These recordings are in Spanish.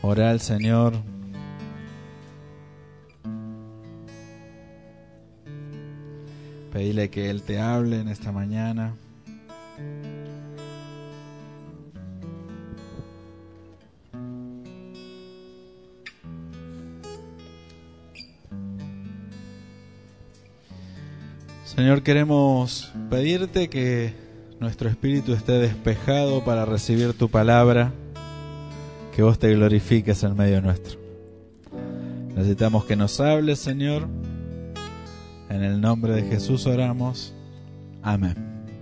Orá al Señor. Pedile que Él te hable en esta mañana. Señor, queremos pedirte que nuestro espíritu esté despejado para recibir tu palabra, que vos te glorifiques en medio nuestro. Necesitamos que nos hables, Señor. En el nombre de Jesús oramos. Amén.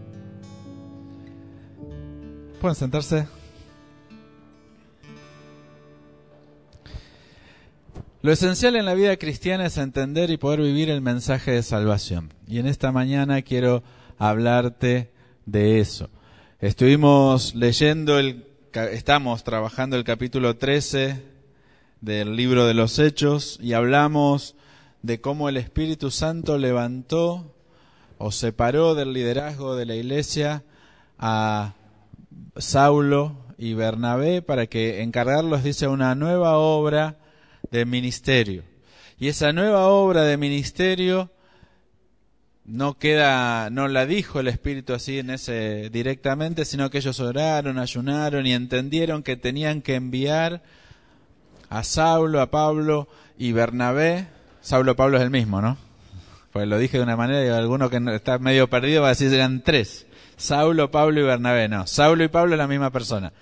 ¿Pueden sentarse? Lo esencial en la vida cristiana es entender y poder vivir el mensaje de salvación. Y en esta mañana quiero hablarte de eso. Estamos trabajando el capítulo 13 del libro de los Hechos y hablamos de cómo el Espíritu Santo levantó o separó del liderazgo de la iglesia a Saulo y Bernabé para que encargarlos, dice, una nueva obra de ministerio. Y esa nueva obra de ministerio no la dijo el Espíritu así directamente, sino que ellos oraron, ayunaron y entendieron que tenían que enviar a Saulo, a Pablo y Bernabé. Saulo, Pablo es el mismo, ¿no? Pues lo dije de una manera y alguno que está medio perdido va a decir que eran tres. Saulo, Pablo y Bernabé. No, Saulo y Pablo es la misma persona.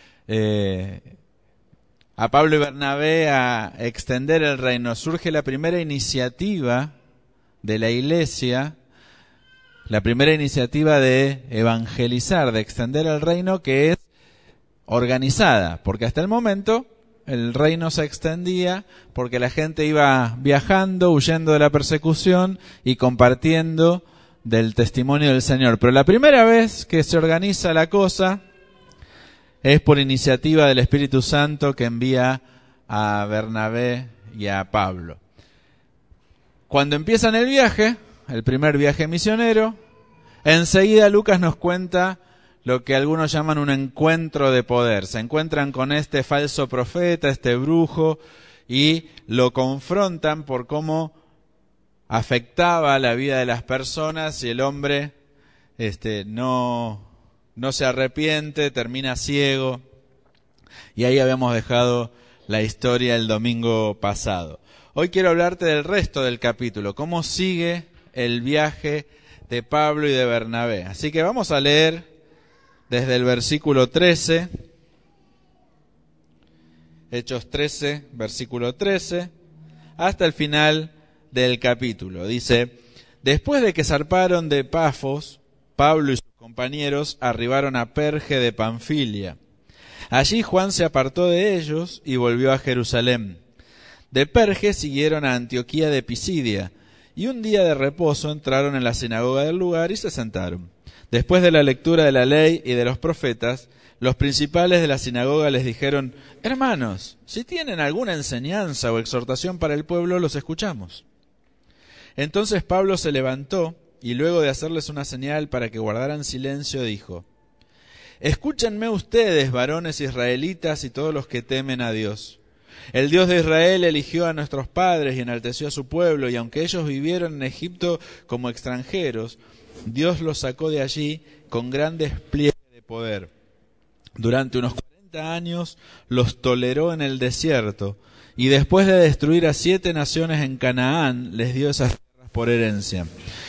A Pablo y Bernabé a extender el reino. Surge la primera iniciativa de la iglesia, la primera iniciativa de evangelizar, de extender el reino, que es organizada, porque hasta el momento el reino se extendía porque la gente iba viajando, huyendo de la persecución y compartiendo del testimonio del Señor. Pero la primera vez que se organiza la cosa es por iniciativa del Espíritu Santo, que envía a Bernabé y a Pablo. Cuando empiezan el viaje, el primer viaje misionero, enseguida Lucas nos cuenta lo que algunos llaman un encuentro de poder. Se encuentran con este falso profeta, este brujo, y lo confrontan por cómo afectaba la vida de las personas, y el hombre no se arrepiente, termina ciego. Y ahí habíamos dejado la historia el domingo pasado. Hoy quiero hablarte del resto del capítulo, cómo sigue el viaje de Pablo y de Bernabé. Así que vamos a leer desde el versículo 13, Hechos 13, versículo 13, hasta el final del capítulo. Dice: después de que zarparon de Pafos, Pablo y sus compañeros arribaron a Perge de Panfilia. Allí Juan se apartó de ellos y volvió a Jerusalén. De Perge siguieron a Antioquía de Pisidia, y un día de reposo entraron en la sinagoga del lugar y se sentaron. Después de la lectura de la ley y de los profetas, los principales de la sinagoga les dijeron: hermanos, si tienen alguna enseñanza o exhortación para el pueblo, los escuchamos. Entonces Pablo se levantó y luego de hacerles una señal para que guardaran silencio, dijo: escúchenme ustedes, varones israelitas y todos los que temen a Dios. El Dios de Israel eligió a nuestros padres y enalteció a su pueblo, y aunque ellos vivieron en Egipto como extranjeros, Dios los sacó de allí con gran despliegue de poder. Durante unos 40 años los toleró en el desierto, y después de destruir a 7 naciones en Canaán, les dio esas tierras por herencia.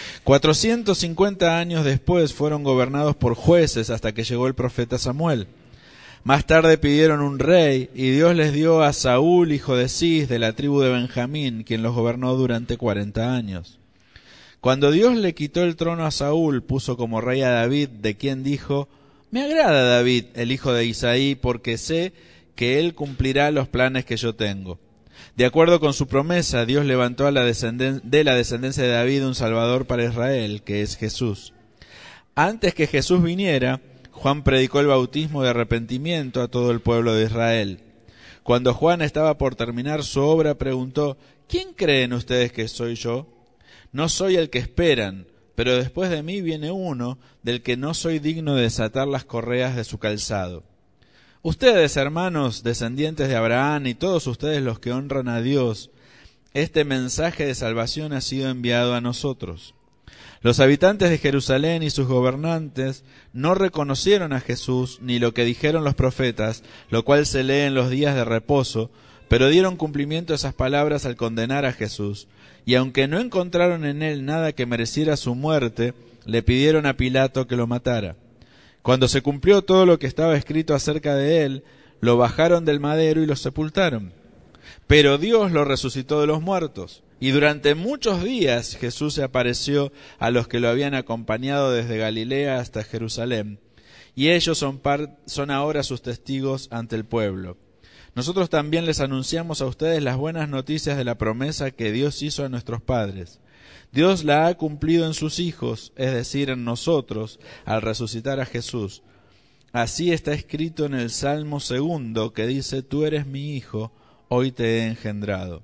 450 años después fueron gobernados por jueces hasta que llegó el profeta Samuel. Más tarde pidieron un rey, y Dios les dio a Saúl, hijo de Cis, de la tribu de Benjamín, quien los gobernó durante 40 años. Cuando Dios le quitó el trono a Saúl, puso como rey a David, de quien dijo: me agrada David, el hijo de Isaí, porque sé que él cumplirá los planes que yo tengo. De acuerdo con su promesa, Dios levantó de la descendencia de David un Salvador para Israel, que es Jesús. Antes que Jesús viniera, Juan predicó el bautismo de arrepentimiento a todo el pueblo de Israel. Cuando Juan estaba por terminar su obra, preguntó: ¿quién creen ustedes que soy yo? No soy el que esperan, pero después de mí viene uno del que no soy digno de desatar las correas de su calzado. Ustedes, hermanos, descendientes de Abraham, y todos ustedes los que honran a Dios, este mensaje de salvación ha sido enviado a nosotros. Los habitantes de Jerusalén y sus gobernantes no reconocieron a Jesús ni lo que dijeron los profetas, lo cual se lee en los días de reposo, pero dieron cumplimiento a esas palabras al condenar a Jesús, y aunque no encontraron en él nada que mereciera su muerte, le pidieron a Pilato que lo matara. Cuando se cumplió todo lo que estaba escrito acerca de él, lo bajaron del madero y lo sepultaron. Pero Dios lo resucitó de los muertos, y durante muchos días Jesús se apareció a los que lo habían acompañado desde Galilea hasta Jerusalén, y ellos son ahora sus testigos ante el pueblo. Nosotros también les anunciamos a ustedes las buenas noticias de la promesa que Dios hizo a nuestros padres. Dios la ha cumplido en sus hijos, es decir, en nosotros, al resucitar a Jesús. Así está escrito en el Salmo 2, que dice: Tú eres mi hijo, hoy te he engendrado.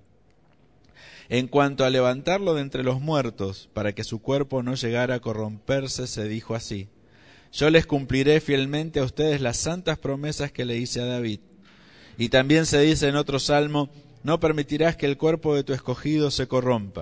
En cuanto a levantarlo de entre los muertos, para que su cuerpo no llegara a corromperse, se dijo así: Yo les cumpliré fielmente a ustedes las santas promesas que le hice a David. Y también se dice en otro salmo: No permitirás que el cuerpo de tu escogido se corrompa.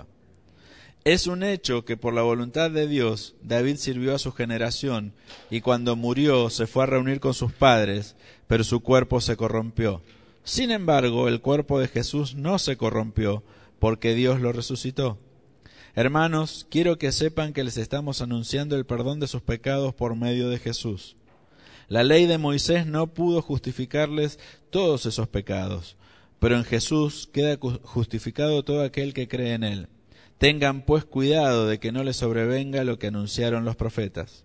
Es un hecho que por la voluntad de Dios, David sirvió a su generación, y cuando murió se fue a reunir con sus padres, pero su cuerpo se corrompió. Sin embargo, el cuerpo de Jesús no se corrompió, porque Dios lo resucitó. Hermanos, quiero que sepan que les estamos anunciando el perdón de sus pecados por medio de Jesús. La ley de Moisés no pudo justificarles todos esos pecados, pero en Jesús queda justificado todo aquel que cree en él. Tengan pues cuidado de que no les sobrevenga lo que anunciaron los profetas.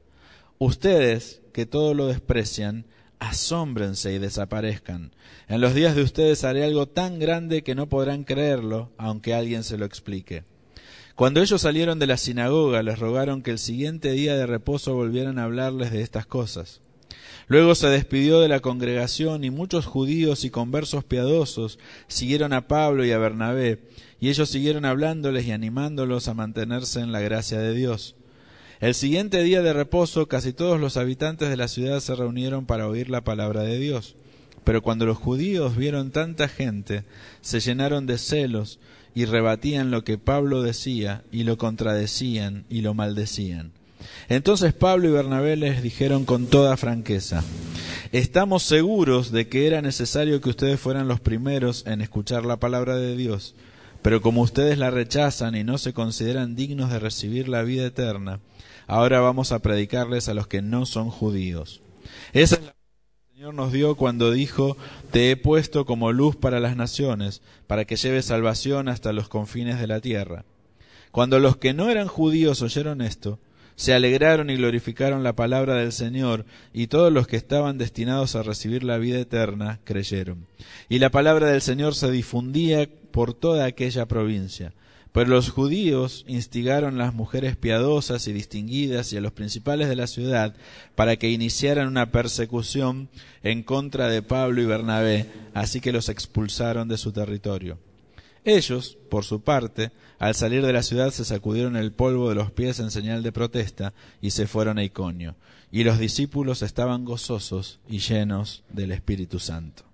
Ustedes, que todo lo desprecian, asómbrense y desaparezcan. En los días de ustedes haré algo tan grande que no podrán creerlo, aunque alguien se lo explique. Cuando ellos salieron de la sinagoga, les rogaron que el siguiente día de reposo volvieran a hablarles de estas cosas. Luego se despidió de la congregación, y muchos judíos y conversos piadosos siguieron a Pablo y a Bernabé, y ellos siguieron hablándoles y animándolos a mantenerse en la gracia de Dios. El siguiente día de reposo, casi todos los habitantes de la ciudad se reunieron para oír la palabra de Dios. Pero cuando los judíos vieron tanta gente, se llenaron de celos y rebatían lo que Pablo decía, y lo contradecían y lo maldecían. Entonces Pablo y Bernabé les dijeron con toda franqueza: Estamos seguros de que era necesario que ustedes fueran los primeros en escuchar la palabra de Dios, pero como ustedes la rechazan y no se consideran dignos de recibir la vida eterna, ahora vamos a predicarles a los que no son judíos. Esa es la que el Señor nos dio cuando dijo: Te he puesto como luz para las naciones, para que lleves salvación hasta los confines de la tierra. Cuando los que no eran judíos oyeron esto, se alegraron y glorificaron la palabra del Señor, y todos los que estaban destinados a recibir la vida eterna creyeron. Y la palabra del Señor se difundía por toda aquella provincia. Pero los judíos instigaron a las mujeres piadosas y distinguidas y a los principales de la ciudad para que iniciaran una persecución en contra de Pablo y Bernabé, así que los expulsaron de su territorio. Ellos, por su parte, al salir de la ciudad se sacudieron el polvo de los pies en señal de protesta y se fueron a Iconio. Y los discípulos estaban gozosos y llenos del Espíritu Santo.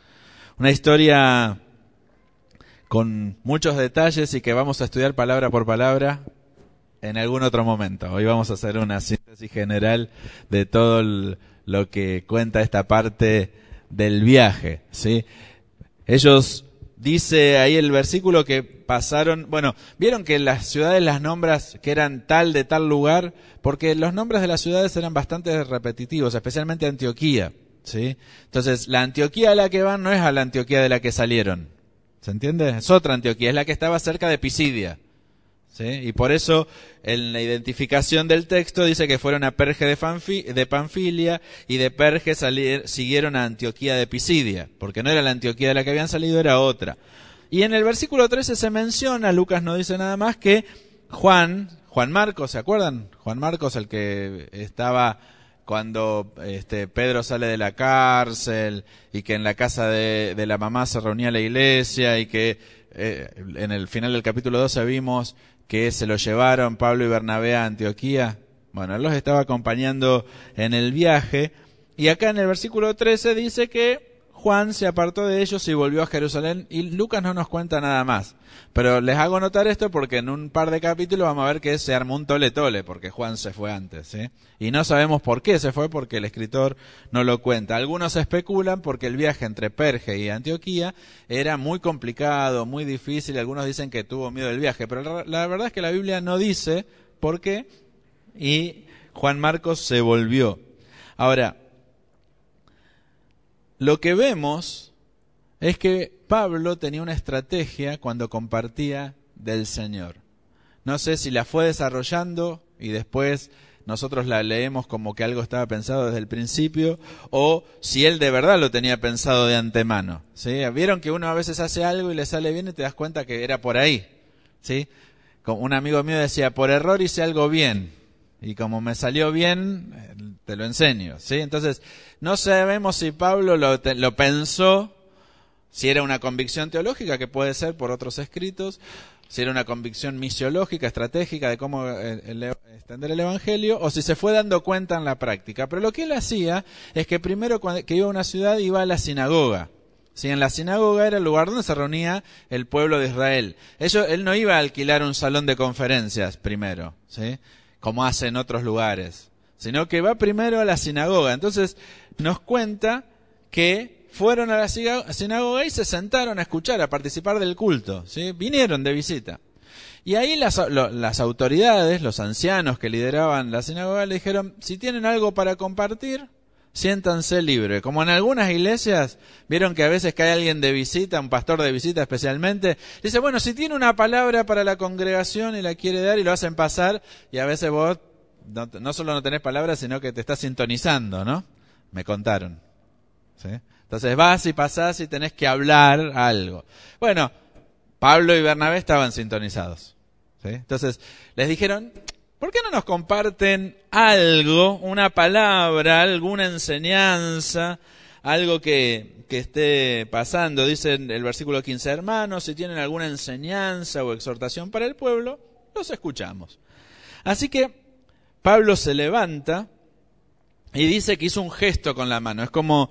Una historia con muchos detalles y que vamos a estudiar palabra por palabra en algún otro momento. Hoy vamos a hacer una síntesis general de todo lo que cuenta esta parte del viaje, ¿sí? Ellos, dice ahí el versículo, que pasaron, bueno, vieron que las ciudades las nombras que eran tal de tal lugar, porque los nombres de las ciudades eran bastante repetitivos, especialmente Antioquía, ¿sí? Entonces, la Antioquía a la que van no es a la Antioquía de la que salieron. ¿Se entiende? Es otra Antioquía, es la que estaba cerca de Pisidia, ¿sí? Y por eso en la identificación del texto dice que fueron a Perge de Panfilia, y de Perge siguieron a Antioquía de Pisidia, porque no era la Antioquía de la que habían salido, era otra. Y en el versículo 13 se menciona, Lucas no dice nada más, que Juan Marcos, ¿se acuerdan? Juan Marcos, el que estaba cuando Pedro sale de la cárcel, y que en la casa de la mamá se reunía la iglesia, y que en el final del capítulo 12 vimos que se lo llevaron Pablo y Bernabé a Antioquía. Bueno, él los estaba acompañando en el viaje, Y acá en el versículo 13 dice que Juan se apartó de ellos y volvió a Jerusalén, y Lucas no nos cuenta nada más. Pero les hago notar esto porque en un par de capítulos vamos a ver que se armó un tole-tole, porque Juan se fue antes, ¿sí? Y no sabemos por qué se fue, porque el escritor no lo cuenta. Algunos especulan porque el viaje entre Perge y Antioquía era muy complicado, muy difícil. Algunos dicen que tuvo miedo del viaje, pero la verdad es que la Biblia no dice por qué, y Juan Marcos se volvió. Ahora, lo que vemos es que Pablo tenía una estrategia cuando compartía del Señor. No sé si la fue desarrollando y después nosotros la leemos como que algo estaba pensado desde el principio, o si él de verdad lo tenía pensado de antemano, ¿sí? Vieron que uno a veces hace algo y le sale bien y te das cuenta que era por ahí, ¿sí? Como un amigo mío decía, por error hice algo bien, y como me salió bien, te lo enseño, ¿sí? Entonces, no sabemos si Pablo lo pensó, si era una convicción teológica, que puede ser por otros escritos, si era una convicción misiológica, estratégica de cómo extender el Evangelio, o si se fue dando cuenta en la práctica. Pero lo que él hacía es que primero que iba a una ciudad iba a la sinagoga. ¿Sí? En la sinagoga era el lugar donde se reunía el pueblo de Israel. Él no iba a alquilar un salón de conferencias primero, ¿sí? Como hace en otros lugares, sino que va primero a la sinagoga. Entonces nos cuenta que fueron a la sinagoga y se sentaron a escuchar, a participar del culto, ¿sí? Vinieron de visita. Y ahí las autoridades, los ancianos que lideraban la sinagoga, le dijeron, si tienen algo para compartir, siéntanse libres. Como en algunas iglesias, vieron que a veces cae alguien de visita, un pastor de visita especialmente, dice, bueno, si tiene una palabra para la congregación y la quiere dar, y lo hacen pasar, y a veces vos no solo no tenés palabras, sino que te estás sintonizando, ¿no? Me contaron, ¿sí? Entonces vas y pasás y tenés que hablar algo. Bueno, Pablo y Bernabé estaban sintonizados, ¿sí? Entonces les dijeron, ¿por qué no nos comparten algo, una palabra, alguna enseñanza, algo que esté pasando? Dice en el versículo 15, hermanos, si tienen alguna enseñanza o exhortación para el pueblo, los escuchamos. Así que Pablo se levanta y dice que hizo un gesto con la mano. Es como,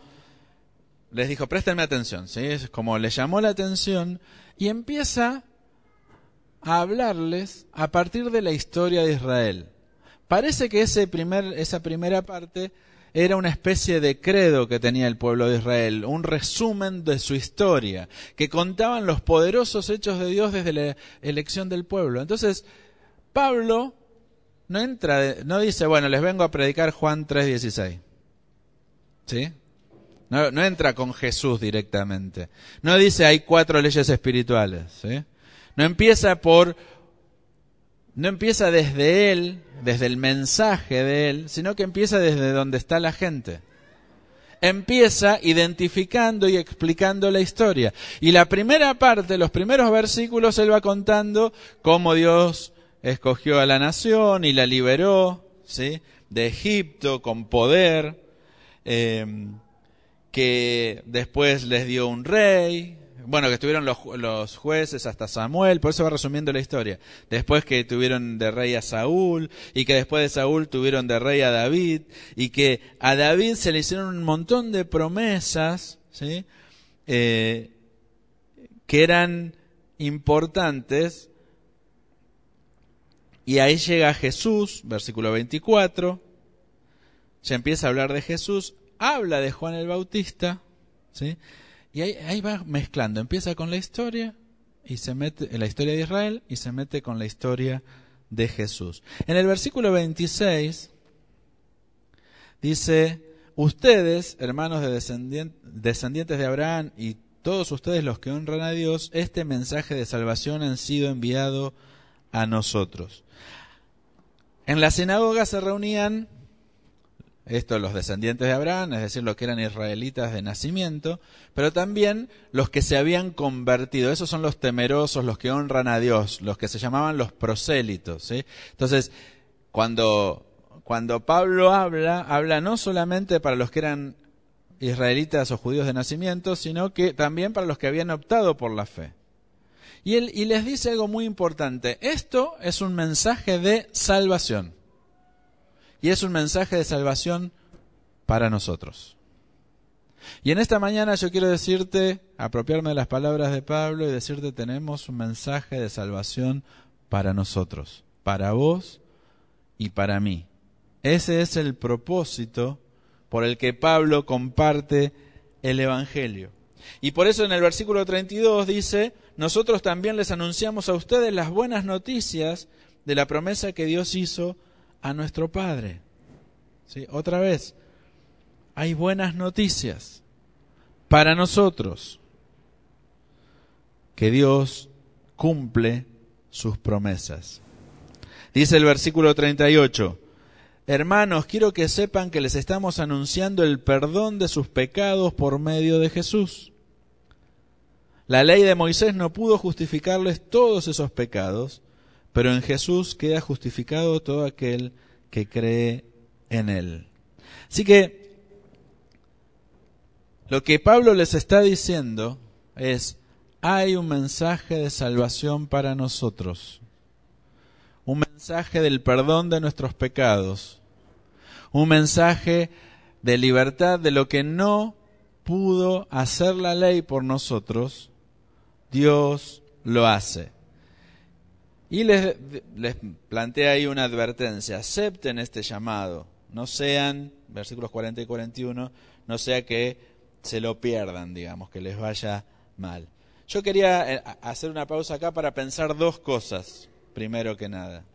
les dijo, préstenme atención, ¿sí? Es como le llamó la atención y empieza a hablarles a partir de la historia de Israel. Parece que esa primera parte era una especie de credo que tenía el pueblo de Israel, un resumen de su historia, que contaban los poderosos hechos de Dios desde la elección del pueblo. Entonces, Pablo no dice, bueno, les vengo a predicar Juan 3:16, ¿sí? No entra con Jesús directamente. No dice hay 4 leyes espirituales, ¿sí? No empieza desde él, desde el mensaje de él, sino que empieza desde donde está la gente. Empieza identificando y explicando la historia. Y la primera parte, los primeros versículos, él va contando cómo Dios escogió a la nación y la liberó, ¿sí? De Egipto con poder, que después les dio un rey, bueno, que estuvieron los jueces hasta Samuel, por eso va resumiendo la historia. Después que tuvieron de rey a Saúl, y que después de Saúl tuvieron de rey a David, y que a David se le hicieron un montón de promesas, ¿sí? Que eran importantes. Y ahí llega Jesús, versículo 24, ya empieza a hablar de Jesús, habla de Juan el Bautista, ¿sí? Y ahí va mezclando, empieza con la historia y se mete en la historia de Israel y se mete con la historia de Jesús. En el versículo 26 dice, ustedes, hermanos de descendientes de Abraham, y todos ustedes los que honran a Dios, este mensaje de salvación han sido enviado a nosotros. En la sinagoga se reunían los descendientes de Abraham, es decir, los que eran israelitas de nacimiento, pero también los que se habían convertido. Esos son los temerosos, los que honran a Dios, los que se llamaban los prosélitos, ¿sí? Entonces, cuando Pablo habla no solamente para los que eran israelitas o judíos de nacimiento, sino que también para los que habían optado por la fe. Y les dice algo muy importante. Esto es un mensaje de salvación. Y es un mensaje de salvación para nosotros. Y en esta mañana yo quiero decirte, apropiarme de las palabras de Pablo y decirte, tenemos un mensaje de salvación para nosotros, para vos y para mí. Ese es el propósito por el que Pablo comparte el Evangelio. Y por eso en el versículo 32 dice, nosotros también les anunciamos a ustedes las buenas noticias de la promesa que Dios hizo a nuestro Padre. ¿Sí? Otra vez, hay buenas noticias para nosotros, que Dios cumple sus promesas. Dice el versículo 38, hermanos, quiero que sepan que les estamos anunciando el perdón de sus pecados por medio de Jesús. La ley de Moisés no pudo justificarles todos esos pecados, pero en Jesús queda justificado todo aquel que cree en Él. Así que lo que Pablo les está diciendo es, hay un mensaje de salvación para nosotros, un mensaje del perdón de nuestros pecados, un mensaje de libertad de lo que no pudo hacer la ley por nosotros, Dios lo hace. Y les plantea ahí una advertencia, acepten este llamado, no sean, versículos 40 y 41, no sea que se lo pierdan, digamos, que les vaya mal. Yo quería hacer una pausa acá para pensar dos cosas, primero que nada.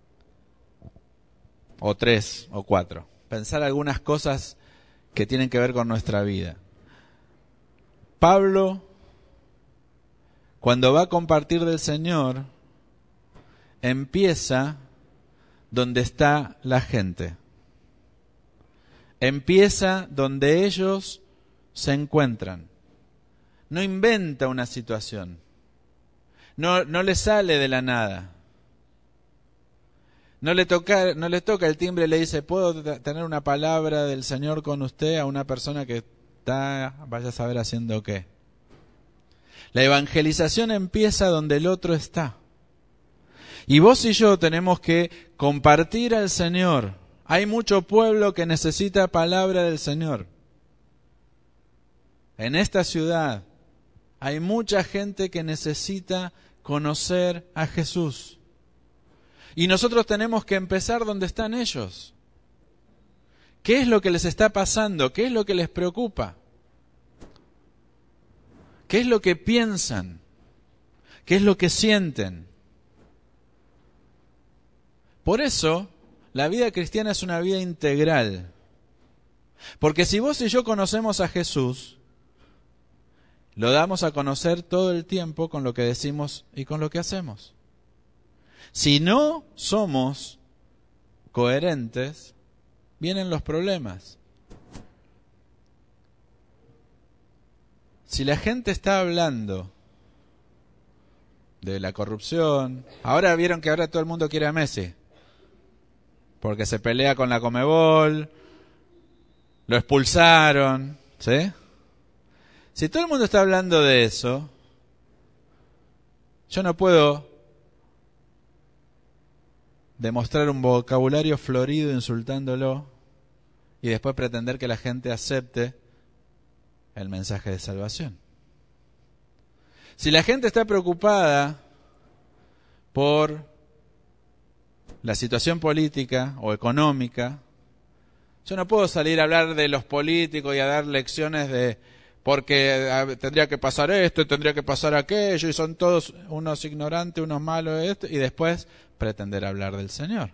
O tres, o cuatro. Pensar algunas cosas que tienen que ver con nuestra vida. Pablo, cuando va a compartir del Señor, empieza donde está la gente. Empieza donde ellos se encuentran. No inventa una situación. No le sale de la nada. No le toca el timbre y le dice, ¿puedo tener una palabra del Señor con usted? A una persona que está, vaya a saber haciendo qué. La evangelización empieza donde el otro está. Y vos y yo tenemos que compartir al Señor. Hay mucho pueblo que necesita palabra del Señor. En esta ciudad hay mucha gente que necesita conocer a Jesús. Y nosotros tenemos que empezar donde están ellos. ¿Qué es lo que les está pasando? ¿Qué es lo que les preocupa? ¿Qué es lo que piensan? ¿Qué es lo que sienten? Por eso, la vida cristiana es una vida integral. Porque si vos y yo conocemos a Jesús, lo damos a conocer todo el tiempo con lo que decimos y con lo que hacemos. Si no somos coherentes, vienen los problemas. Si la gente está hablando de la corrupción, ahora vieron que ahora todo el mundo quiere a Messi, porque se pelea con la Conmebol, lo expulsaron, ¿sí? Si todo el mundo está hablando de eso, yo no puedo demostrar un vocabulario florido insultándolo y después pretender que la gente acepte el mensaje de salvación. Si la gente está preocupada por la situación política o económica, yo no puedo salir a hablar de los políticos y a dar lecciones de porque tendría que pasar esto, tendría que pasar aquello, y son todos unos ignorantes, unos malos, esto, y después pretender hablar del Señor.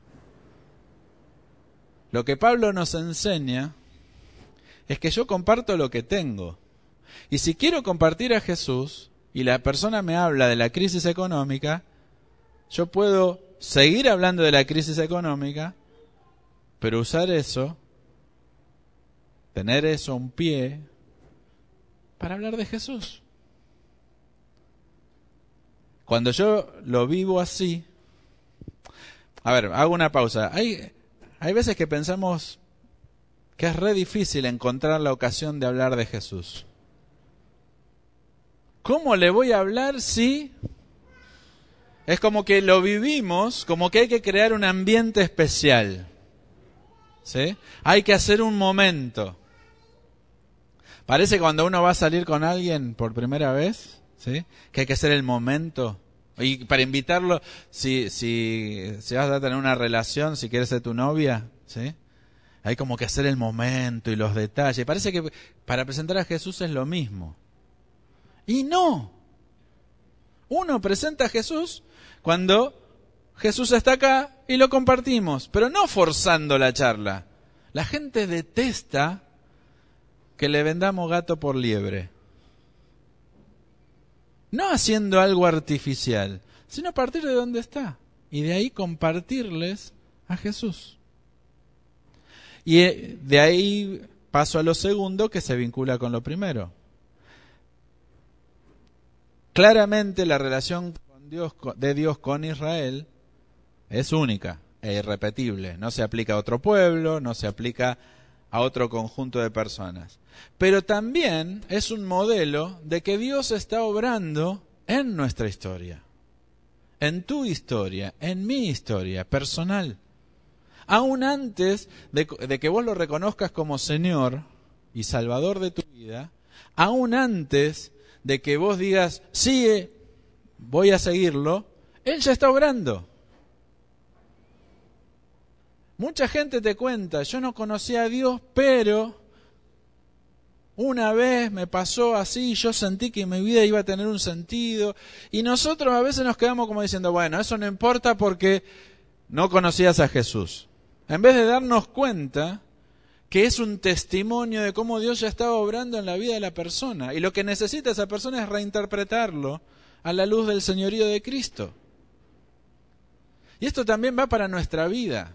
Lo que Pablo nos enseña es que yo comparto lo que tengo. Y si quiero compartir a Jesús y la persona me habla de la crisis económica, yo puedo seguir hablando de la crisis económica, pero usar eso, tener eso un pie, para hablar de Jesús. Cuando yo lo vivo así, a ver, hago una pausa. Hay veces que pensamos que es re difícil encontrar la ocasión de hablar de Jesús. ¿Cómo le voy a hablar si es como que lo vivimos, como que hay que crear un ambiente especial? ¿sí? Hay que hacer un momento. Parece cuando uno va a salir con alguien por primera vez, ¿sí? Que hay que hacer el momento. Y para invitarlo, si vas a tener una relación, si quieres ser tu novia, ¿sí? Hay como que hacer el momento y los detalles. Parece que para presentar a Jesús es lo mismo. Y no. Uno presenta a Jesús cuando Jesús está acá y lo compartimos, pero no forzando la charla. La gente detesta que le vendamos gato por liebre. No haciendo algo artificial, sino a partir de donde está. Y de ahí compartirles a Jesús. Y de ahí paso a lo segundo, que se vincula con lo primero. Claramente la relación de Dios con Israel es única e irrepetible. No se aplica a otro pueblo, no se aplica a otro conjunto de personas. Pero también es un modelo de que Dios está obrando en nuestra historia, en tu historia, en mi historia personal. Aún antes de que vos lo reconozcas como Señor y Salvador de tu vida, aún antes de que vos digas, sí, voy a seguirlo, Él ya está obrando. Mucha gente te cuenta, yo no conocía a Dios, pero una vez me pasó así, yo sentí que mi vida iba a tener un sentido, y nosotros a veces nos quedamos como diciendo, bueno, eso no importa porque no conocías a Jesús. En vez de darnos cuenta que es un testimonio de cómo Dios ya estaba obrando en la vida de la persona, y lo que necesita esa persona es reinterpretarlo a la luz del señorío de Cristo. Y esto también va para nuestra vida.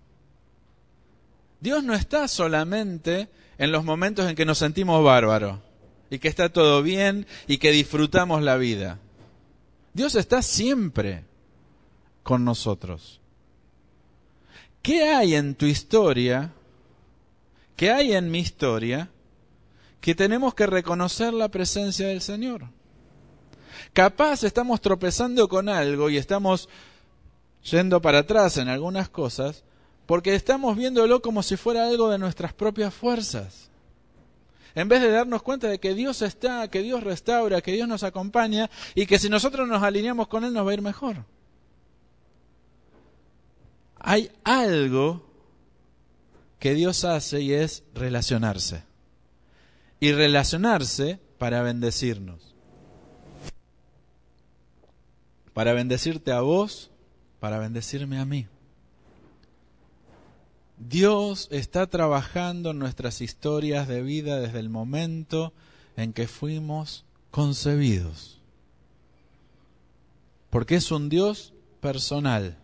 Dios no está solamente en los momentos en que nos sentimos bárbaros y que está todo bien y que disfrutamos la vida. Dios está siempre con nosotros. ¿Qué hay en tu historia? ¿Qué hay en mi historia? Que tenemos que reconocer la presencia del Señor. Capaz estamos tropezando con algo y estamos yendo para atrás en algunas cosas, porque estamos viéndolo como si fuera algo de nuestras propias fuerzas. En vez de darnos cuenta de que Dios está, que Dios restaura, que Dios nos acompaña y que si nosotros nos alineamos con Él nos va a ir mejor. Hay algo que Dios hace y es relacionarse. Y relacionarse para bendecirnos. Para bendecirte a vos, para bendecirme a mí. Dios está trabajando en nuestras historias de vida desde el momento en que fuimos concebidos. Porque es un Dios personal.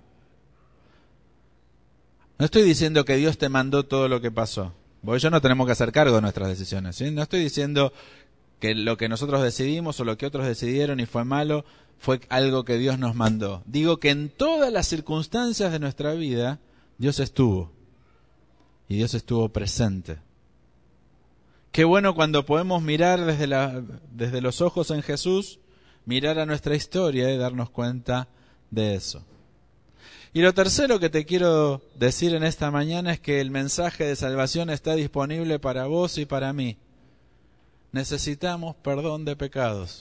No estoy diciendo que Dios te mandó todo lo que pasó. Vos y yo no tenemos que hacer cargo de nuestras decisiones, ¿sí? No estoy diciendo que lo que nosotros decidimos o lo que otros decidieron y fue malo fue algo que Dios nos mandó. Digo que en todas las circunstancias de nuestra vida Dios estuvo. Y Dios estuvo presente. Qué bueno cuando podemos mirar desde los ojos en Jesús, mirar a nuestra historia y darnos cuenta de eso. Y lo tercero que te quiero decir en esta mañana es que el mensaje de salvación está disponible para vos y para mí. Necesitamos perdón de pecados.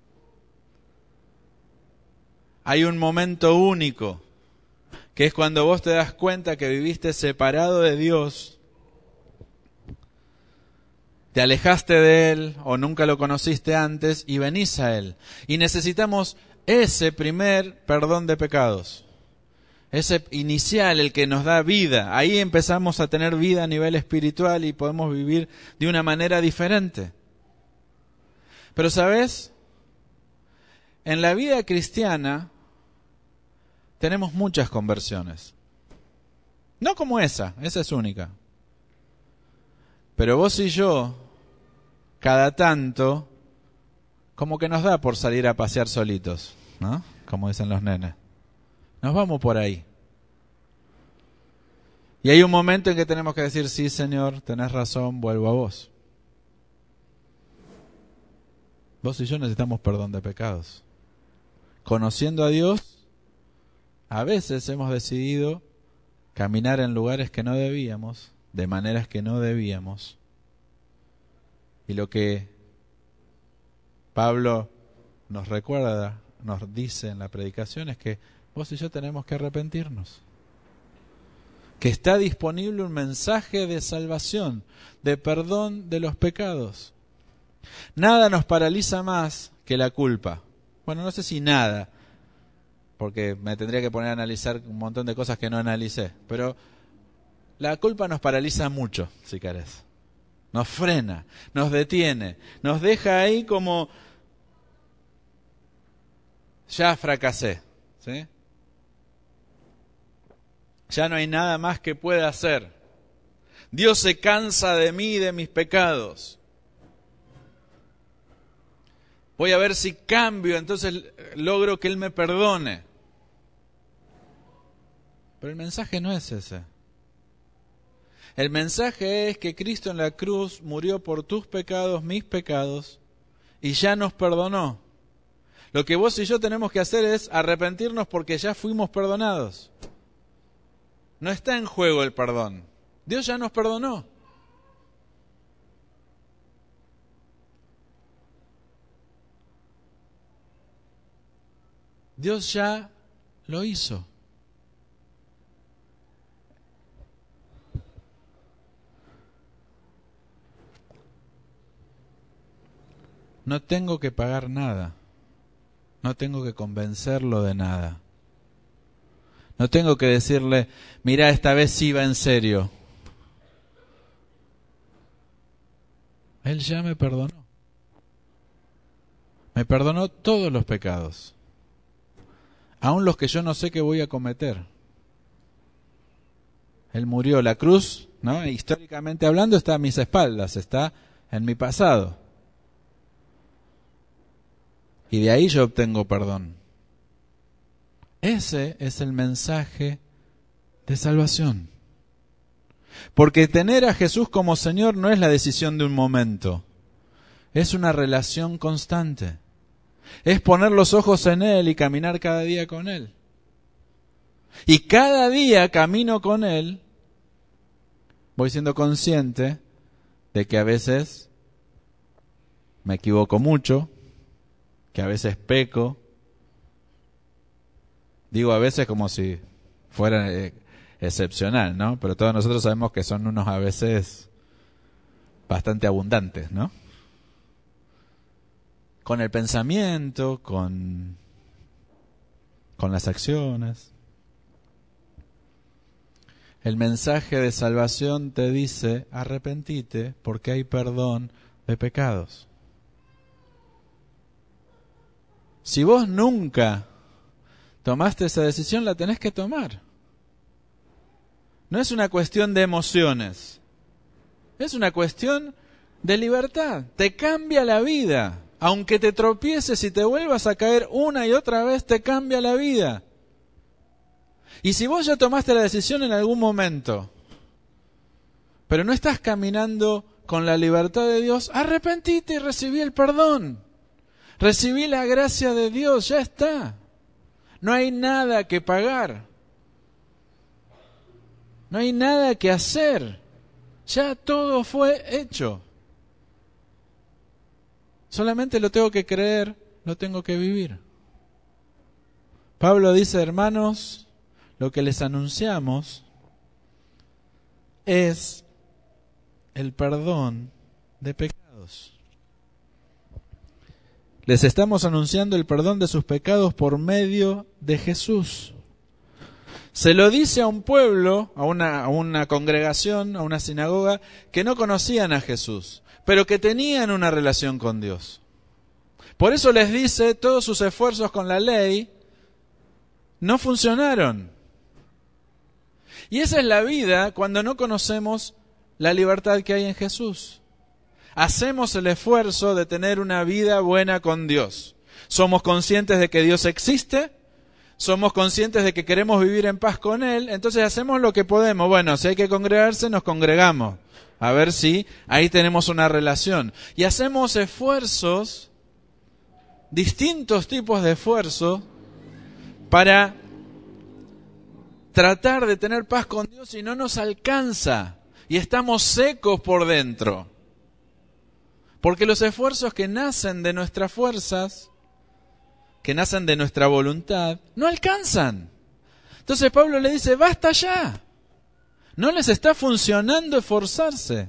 Hay un momento único, que es cuando vos te das cuenta que viviste separado de Dios, te alejaste de Él o nunca lo conociste antes y venís a Él. Y necesitamos ese primer perdón de pecados. Ese inicial, el que nos da vida. Ahí empezamos a tener vida a nivel espiritual y podemos vivir de una manera diferente. Pero ¿sabes? En la vida cristiana tenemos muchas conversiones. No como esa es única. Pero vos y yo, cada tanto, como que nos da por salir a pasear solitos, ¿no? Como dicen los nenes. Nos vamos por ahí. Y hay un momento en que tenemos que decir, sí, Señor, tenés razón, vuelvo a vos. Vos y yo necesitamos perdón de pecados. Conociendo a Dios, a veces hemos decidido caminar en lugares que no debíamos de maneras que no debíamos. Y lo que Pablo nos recuerda, nos dice en la predicación es que vos y yo tenemos que arrepentirnos. Que está disponible un mensaje de salvación, de perdón de los pecados. Nada nos paraliza más que la culpa. Bueno, no sé si nada, porque me tendría que poner a analizar un montón de cosas que no analicé, pero la culpa nos paraliza mucho, si querés. Nos frena, nos detiene, nos deja ahí como ya fracasé, ¿sí? Ya no hay nada más que pueda hacer. Dios se cansa de mí y de mis pecados. Voy a ver si cambio, entonces logro que Él me perdone. Pero el mensaje no es ese. El mensaje es que Cristo en la cruz murió por tus pecados, mis pecados, y ya nos perdonó. Lo que vos y yo tenemos que hacer es arrepentirnos porque ya fuimos perdonados. No está en juego el perdón. Dios ya nos perdonó. Dios ya lo hizo. No tengo que pagar nada. No tengo que convencerlo de nada. No tengo que decirle, mira, esta vez sí va en serio. Él ya me perdonó. Me perdonó todos los pecados. Aun los que yo no sé que voy a cometer. Él murió. La cruz, ¿no? Históricamente hablando, está a mis espaldas, está en mi pasado. Y de ahí yo obtengo perdón. Ese es el mensaje de salvación. Porque tener a Jesús como Señor no es la decisión de un momento. Es una relación constante. Es poner los ojos en Él y caminar cada día con Él. Y cada día camino con Él, voy siendo consciente de que a veces me equivoco mucho, que a veces peco. Digo a veces como si fuera excepcional, ¿no? Pero todos nosotros sabemos que son unos a veces bastante abundantes, ¿no? Con el pensamiento, con las acciones. El mensaje de salvación te dice, arrepentite porque hay perdón de pecados. Si vos nunca tomaste esa decisión, la tenés que tomar. No es una cuestión de emociones, es una cuestión de libertad. Te cambia la vida. Aunque te tropieces y te vuelvas a caer una y otra vez, te cambia la vida. Y si vos ya tomaste la decisión en algún momento, pero no estás caminando con la libertad de Dios, arrepentite y recibí el perdón. Recibí la gracia de Dios, ya está. No hay nada que pagar. No hay nada que hacer. Ya todo fue hecho. Solamente lo tengo que creer, lo tengo que vivir. Pablo dice, hermanos, lo que les anunciamos es el perdón de pecados. Les estamos anunciando el perdón de sus pecados por medio de Jesús. Se lo dice a un pueblo, a una congregación, a una sinagoga, que no conocían a Jesús, pero que tenían una relación con Dios. Por eso les dice, todos sus esfuerzos con la ley no funcionaron. Y esa es la vida cuando no conocemos la libertad que hay en Jesús. Hacemos el esfuerzo de tener una vida buena con Dios. Somos conscientes de que Dios existe, somos conscientes de que queremos vivir en paz con Él, entonces hacemos lo que podemos. Bueno, si hay que congregarse, nos congregamos. A ver si ahí tenemos una relación. Y hacemos esfuerzos, distintos tipos de esfuerzos, para tratar de tener paz con Dios y no nos alcanza. y estamos secos por dentro. Porque los esfuerzos que nacen de nuestras fuerzas, que nacen de nuestra voluntad, no alcanzan. Entonces Pablo le dice, basta ya. No les está funcionando esforzarse.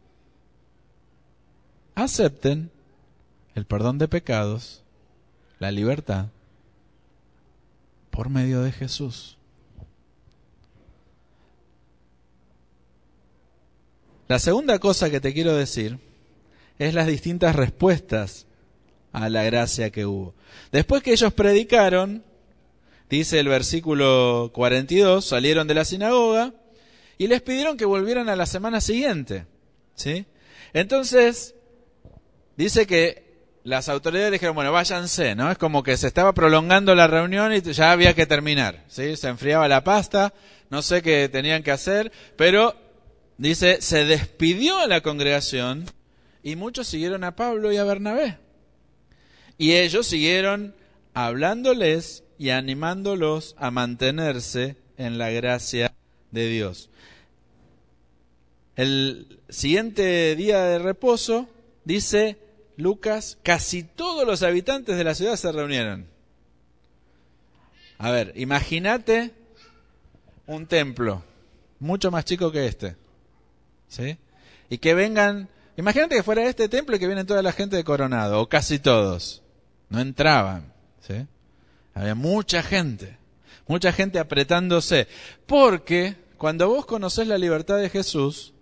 Acepten el perdón de pecados, la libertad, por medio de Jesús. La segunda cosa que te quiero decir es las distintas respuestas a la gracia que hubo. Después que ellos predicaron, dice el versículo 42, salieron de la sinagoga y les pidieron que volvieran a la semana siguiente, ¿sí? Entonces, dice que las autoridades dijeron, bueno, váyanse, ¿no? Es como que se estaba prolongando la reunión y ya había que terminar, ¿sí? Se enfriaba la pasta, no sé qué tenían que hacer, pero, dice, se despidió a la congregación y muchos siguieron a Pablo y a Bernabé. Y ellos siguieron hablándoles y animándolos a mantenerse en la gracia de Dios. El siguiente día de reposo, dice Lucas, casi todos los habitantes de la ciudad se reunieron. A ver, imagínate un templo mucho más chico que este, ¿sí? Y que vengan, imagínate que fuera este templo y que vienen toda la gente de Coronado, o casi todos. No entraban, ¿sí? Había mucha gente apretándose. Porque cuando vos conocés la libertad de Jesús,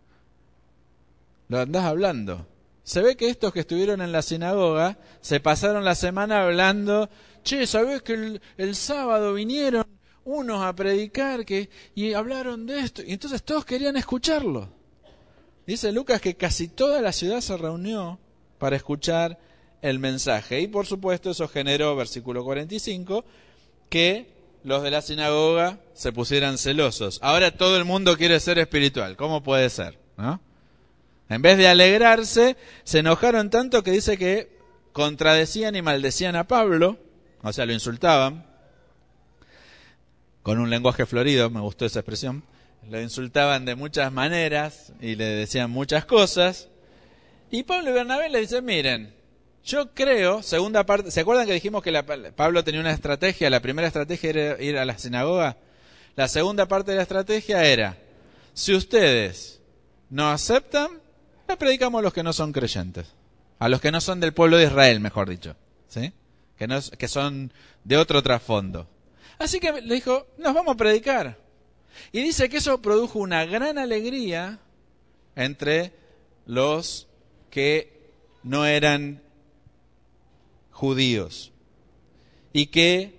lo andás hablando. Se ve que estos que estuvieron en la sinagoga se pasaron la semana hablando, che, ¿sabés que el sábado vinieron unos a predicar y hablaron de esto? Y entonces todos querían escucharlo. Dice Lucas que casi toda la ciudad se reunió para escuchar el mensaje. Y por supuesto eso generó, versículo 45, que los de la sinagoga se pusieran celosos. Ahora todo el mundo quiere ser espiritual. ¿Cómo puede ser? ¿No? En vez de alegrarse, se enojaron tanto que dice que contradecían y maldecían a Pablo, o sea, lo insultaban, con un lenguaje florido, me gustó esa expresión, lo insultaban de muchas maneras y le decían muchas cosas, y Pablo y Bernabé le dicen, miren, yo creo, segunda parte, ¿se acuerdan que dijimos que Pablo tenía una estrategia? La primera estrategia era ir a la sinagoga. La segunda parte de la estrategia era, si ustedes no aceptan, le predicamos a los que no son creyentes, a los que no son del pueblo de Israel, mejor dicho, ¿sí? Que son de otro trasfondo. Así que le dijo, nos vamos a predicar. Y dice que eso produjo una gran alegría entre los que no eran judíos. Y que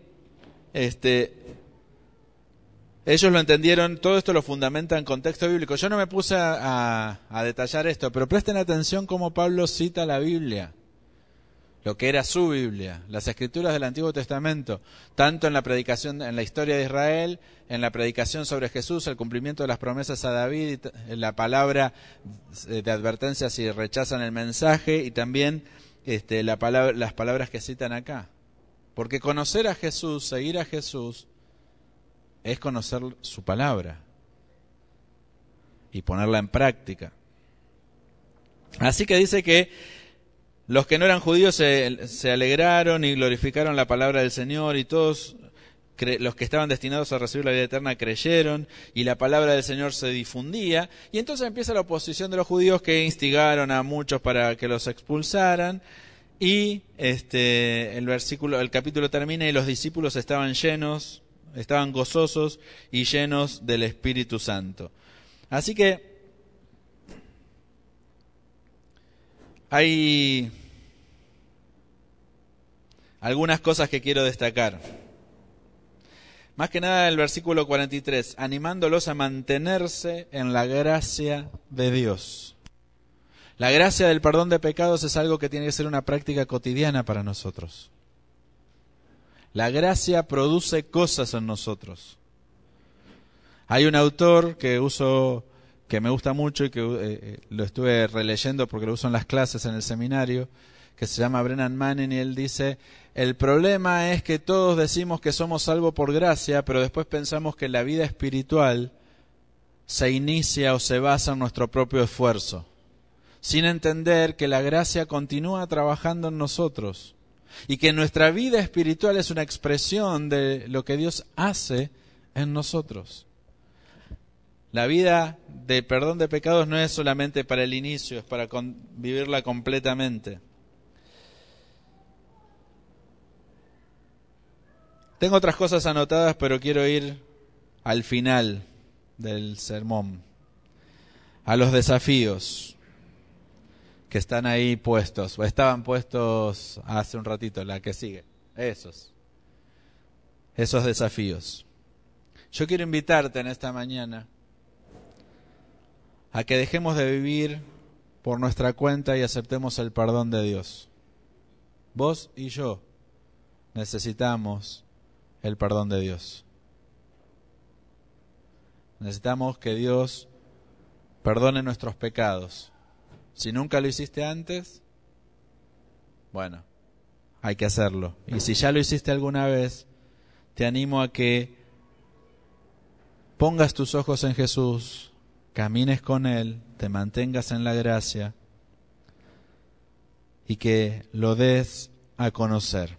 ellos lo entendieron, todo esto lo fundamenta en contexto bíblico. Yo no me puse a detallar esto, pero presten atención cómo Pablo cita la Biblia, lo que era su Biblia, las escrituras del Antiguo Testamento, tanto en la predicación, en la historia de Israel, en la predicación sobre Jesús, el cumplimiento de las promesas a David, la palabra de advertencia si rechazan el mensaje, y también las palabras que citan acá. Porque conocer a Jesús, seguir a Jesús, es conocer su palabra y ponerla en práctica. Así que dice que los que no eran judíos se alegraron y glorificaron la palabra del Señor, y todos los que estaban destinados a recibir la vida eterna creyeron, y la palabra del Señor se difundía. Y entonces empieza la oposición de los judíos, que instigaron a muchos para que los expulsaran. Y el capítulo termina y los discípulos estaban gozosos y llenos del Espíritu Santo. Así que hay algunas cosas que quiero destacar. Más que nada el versículo 43, animándolos a mantenerse en la gracia de Dios. La gracia del perdón de pecados es algo que tiene que ser una práctica cotidiana para nosotros. La gracia produce cosas en nosotros. Hay un autor que me gusta mucho y que lo estuve releyendo porque lo uso en las clases en el seminario, que se llama Brennan Manning, y él dice, el problema es que todos decimos que somos salvos por gracia, pero después pensamos que la vida espiritual se inicia o se basa en nuestro propio esfuerzo, sin entender que la gracia continúa trabajando en nosotros y que nuestra vida espiritual es una expresión de lo que Dios hace en nosotros. La vida de perdón de pecados no es solamente para el inicio, es para vivirla completamente. Tengo otras cosas anotadas, pero quiero ir al final del sermón, a los desafíos que están ahí puestos, o estaban puestos hace un ratito, la que sigue, esos desafíos. Yo quiero invitarte en esta mañana a que dejemos de vivir por nuestra cuenta y aceptemos el perdón de Dios. Vos y yo necesitamos el perdón de Dios. Necesitamos que Dios perdone nuestros pecados. Si nunca lo hiciste antes, bueno, hay que hacerlo. Y si ya lo hiciste alguna vez, te animo a que pongas tus ojos en Jesús, camines con Él, te mantengas en la gracia y que lo des a conocer.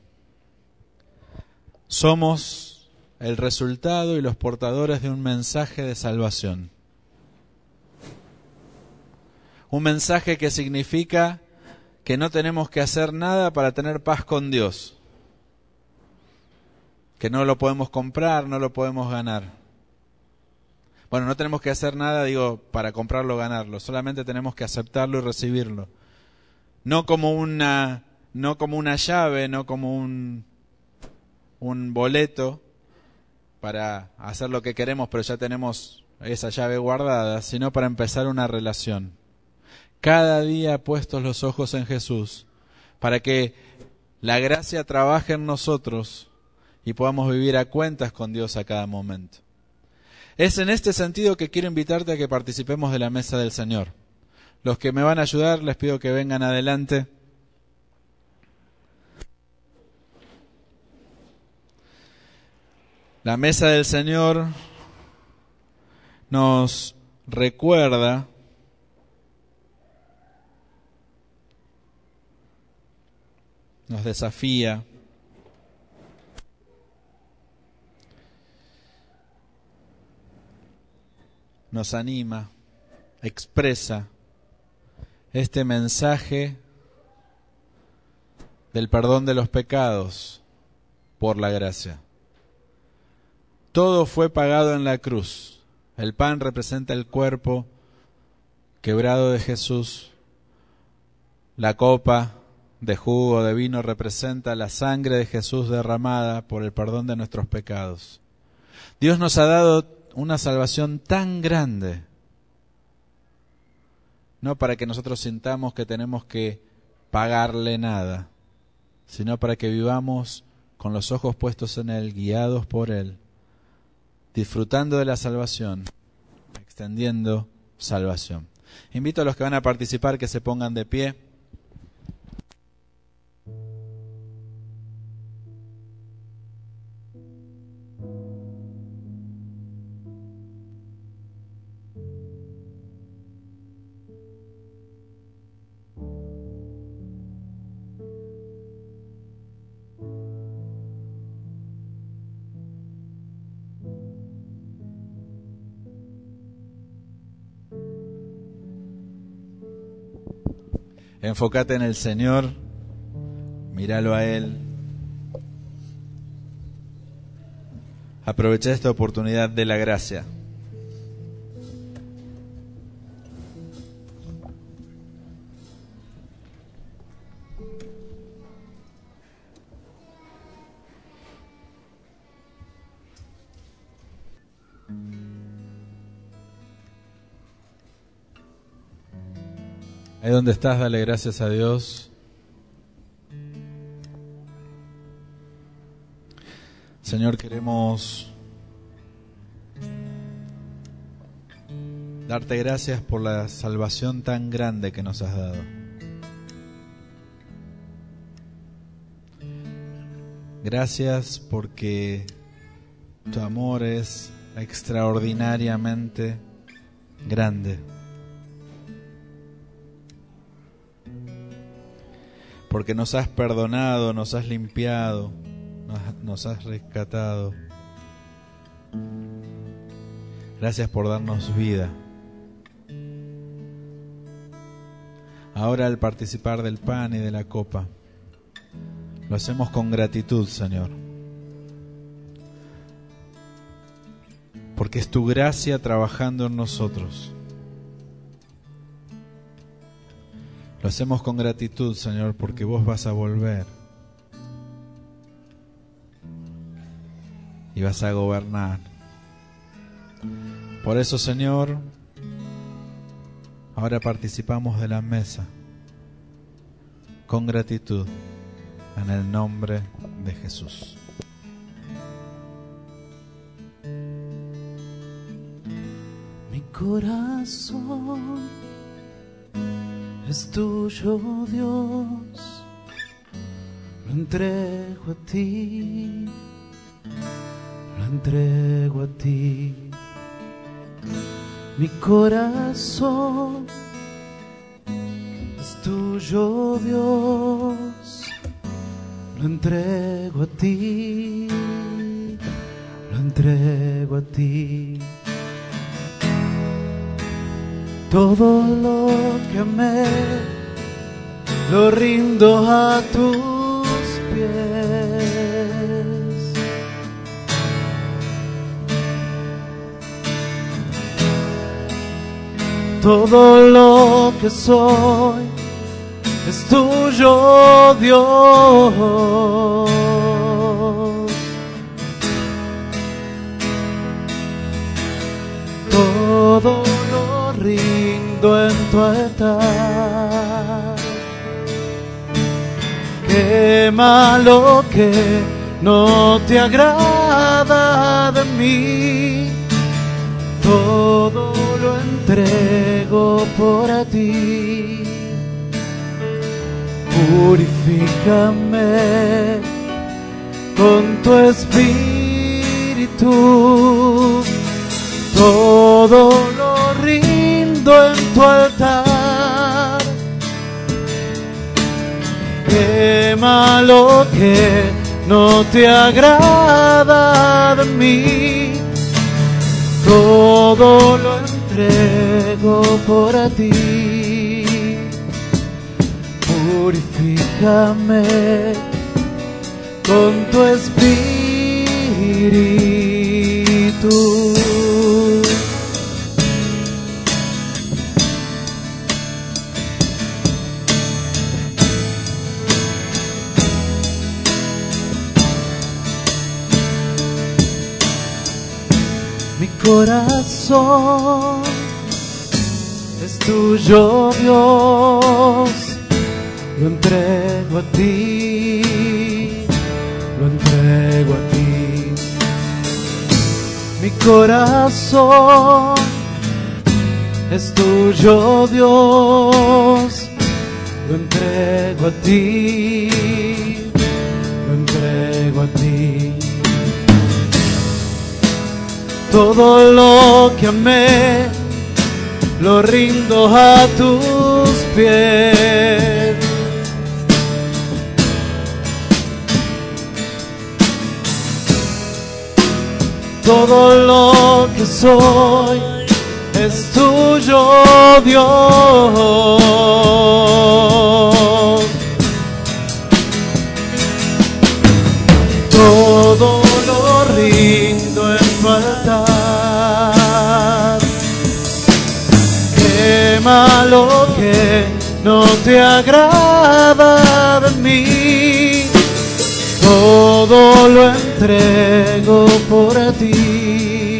Somos el resultado y los portadores de un mensaje de salvación. Un mensaje que significa que no tenemos que hacer nada para tener paz con Dios. Que no lo podemos comprar, no lo podemos ganar. Bueno, no tenemos que hacer nada, para comprarlo o ganarlo. Solamente tenemos que aceptarlo y recibirlo. No como una llave, no como un boleto para hacer lo que queremos, pero ya tenemos esa llave guardada, sino para empezar una relación. Cada día puestos los ojos en Jesús, para que la gracia trabaje en nosotros y podamos vivir a cuentas con Dios a cada momento. Es en este sentido que quiero invitarte a que participemos de la mesa del Señor. Los que me van a ayudar, les pido que vengan adelante. La mesa del Señor nos recuerda nos desafía, nos anima, expresa este mensaje del perdón de los pecados por la gracia. Todo fue pagado en la cruz. El pan representa el cuerpo quebrado de Jesús. La copa de jugo de vino representa la sangre de Jesús derramada por el perdón de nuestros pecados. Dios nos ha dado una salvación tan grande, no para que nosotros sintamos que tenemos que pagarle nada, sino para que vivamos con los ojos puestos en Él, guiados por Él, disfrutando de la salvación, extendiendo salvación. Invito a los que van a participar que se pongan de pie. Enfócate en el Señor, míralo a Él. Aprovecha esta oportunidad de la gracia. Ahí donde estás, dale gracias a Dios. Señor, queremos darte gracias por la salvación tan grande que nos has dado. Gracias porque tu amor es extraordinariamente grande. Porque nos has perdonado, nos has limpiado, nos has rescatado. Gracias por darnos vida. Ahora, al participar del pan y de la copa, lo hacemos con gratitud, Señor. Porque es tu gracia trabajando en nosotros. Lo hacemos con gratitud, Señor, porque vos vas a volver. Y vas a gobernar. Por eso, Señor, ahora participamos de la mesa con gratitud en el nombre de Jesús. Mi corazón es tuyo, Dios, lo entrego a ti, lo entrego a ti. Mi corazón es tuyo, Dios, lo entrego a ti, lo entrego a ti. Todo lo que amé lo rindo a tus pies. Todo lo que soy es tuyo, Dios. Todo lo rindo en tu altar. Quema lo que no te agrada de mí. Todo lo entrego por a ti. Purifícame con tu espíritu. Todo lo rindo en tu altar. Quema lo que no te agrada de mí. Todo lo entrego por a ti. Purifícame con tu espíritu. Mi corazón es tuyo, Dios, lo entrego a ti, lo entrego a ti. Mi corazón es tuyo, Dios, lo entrego a ti, lo entrego a ti. Todo lo que amé lo rindo a tus pies. Todo lo que soy es tuyo, Dios. Todo lo rindo en tu altar. Quema lo que no te agrada de mí. Todo lo entrego por a ti.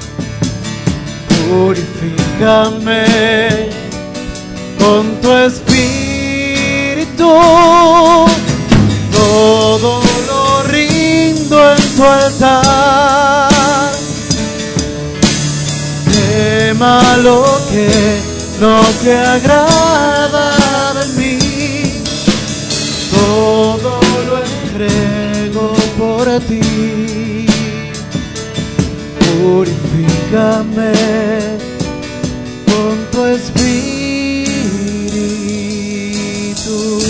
Purifícame con tu espíritu. Todo lo rindo en tu altar. Quema lo que no te agrada de mí. Todo lo entrego por a ti. Purifícame espíritu.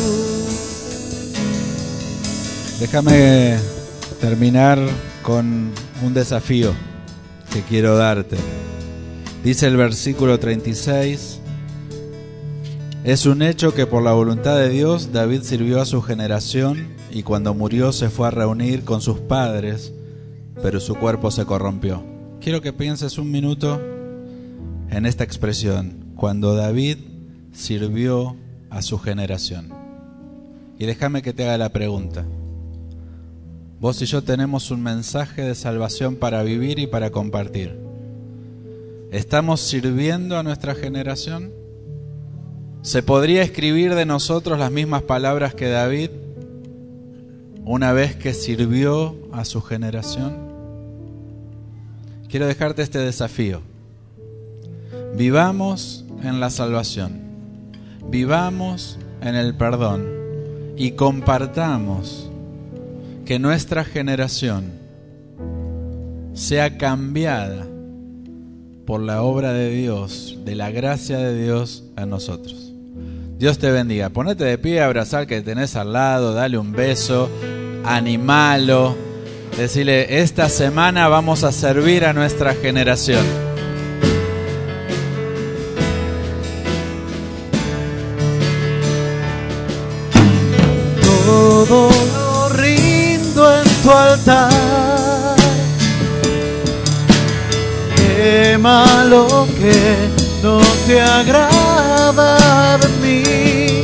Déjame terminar con un desafío que quiero darte. Dice el versículo 36: es un hecho que por la voluntad de Dios David sirvió a su generación y cuando murió se fue a reunir con sus padres, pero su cuerpo se corrompió. Quiero que pienses un minuto en esta expresión: cuando David sirvió a su generación. Y déjame que te haga la pregunta. Vos y yo tenemos un mensaje de salvación para vivir y para compartir. ¿Estamos sirviendo a nuestra generación? ¿Se podría escribir de nosotros las mismas palabras que David una vez que sirvió a su generación? Quiero dejarte este desafío. Vivamos en la salvación, vivamos en el perdón y compartamos que nuestra generación sea cambiada por la obra de Dios, de la gracia de Dios a nosotros. Dios te bendiga. Ponete de pie, abrazar al que tenés al lado, dale un beso, animalo, decirle: esta semana vamos a servir a nuestra generación. Todo lo rindo en tu altar. Quema lo que no te agrada de mí.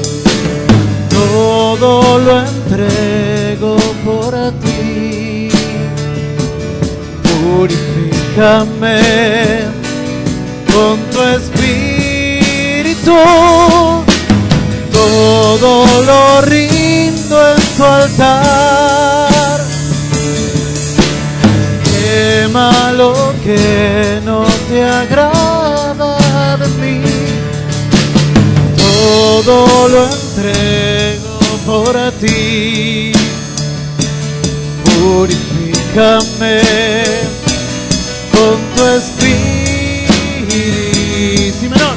Todo lo entrego por ti. Purifícame con tu espíritu. Todo lo rindo en tu altar. Quema lo que no te agrada de mí. Todo lo entrego por ti. Purifícame con tu espíritu. Si menor.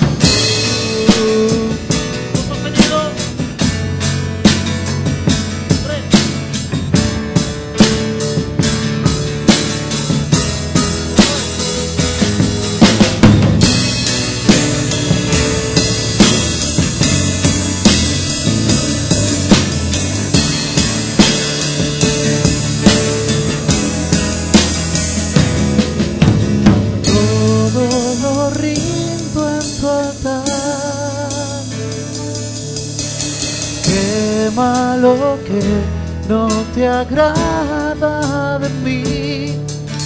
Lo que no te agrada de mí,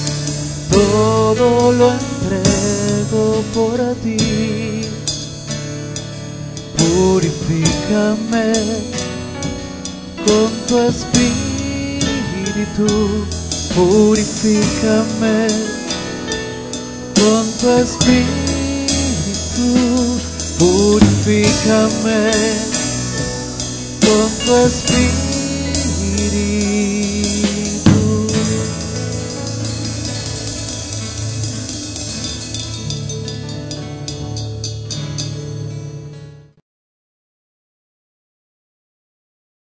todo lo entrego por ti. Purifícame con tu espíritu. Purifícame con tu espíritu. Purifícame con tu espíritu.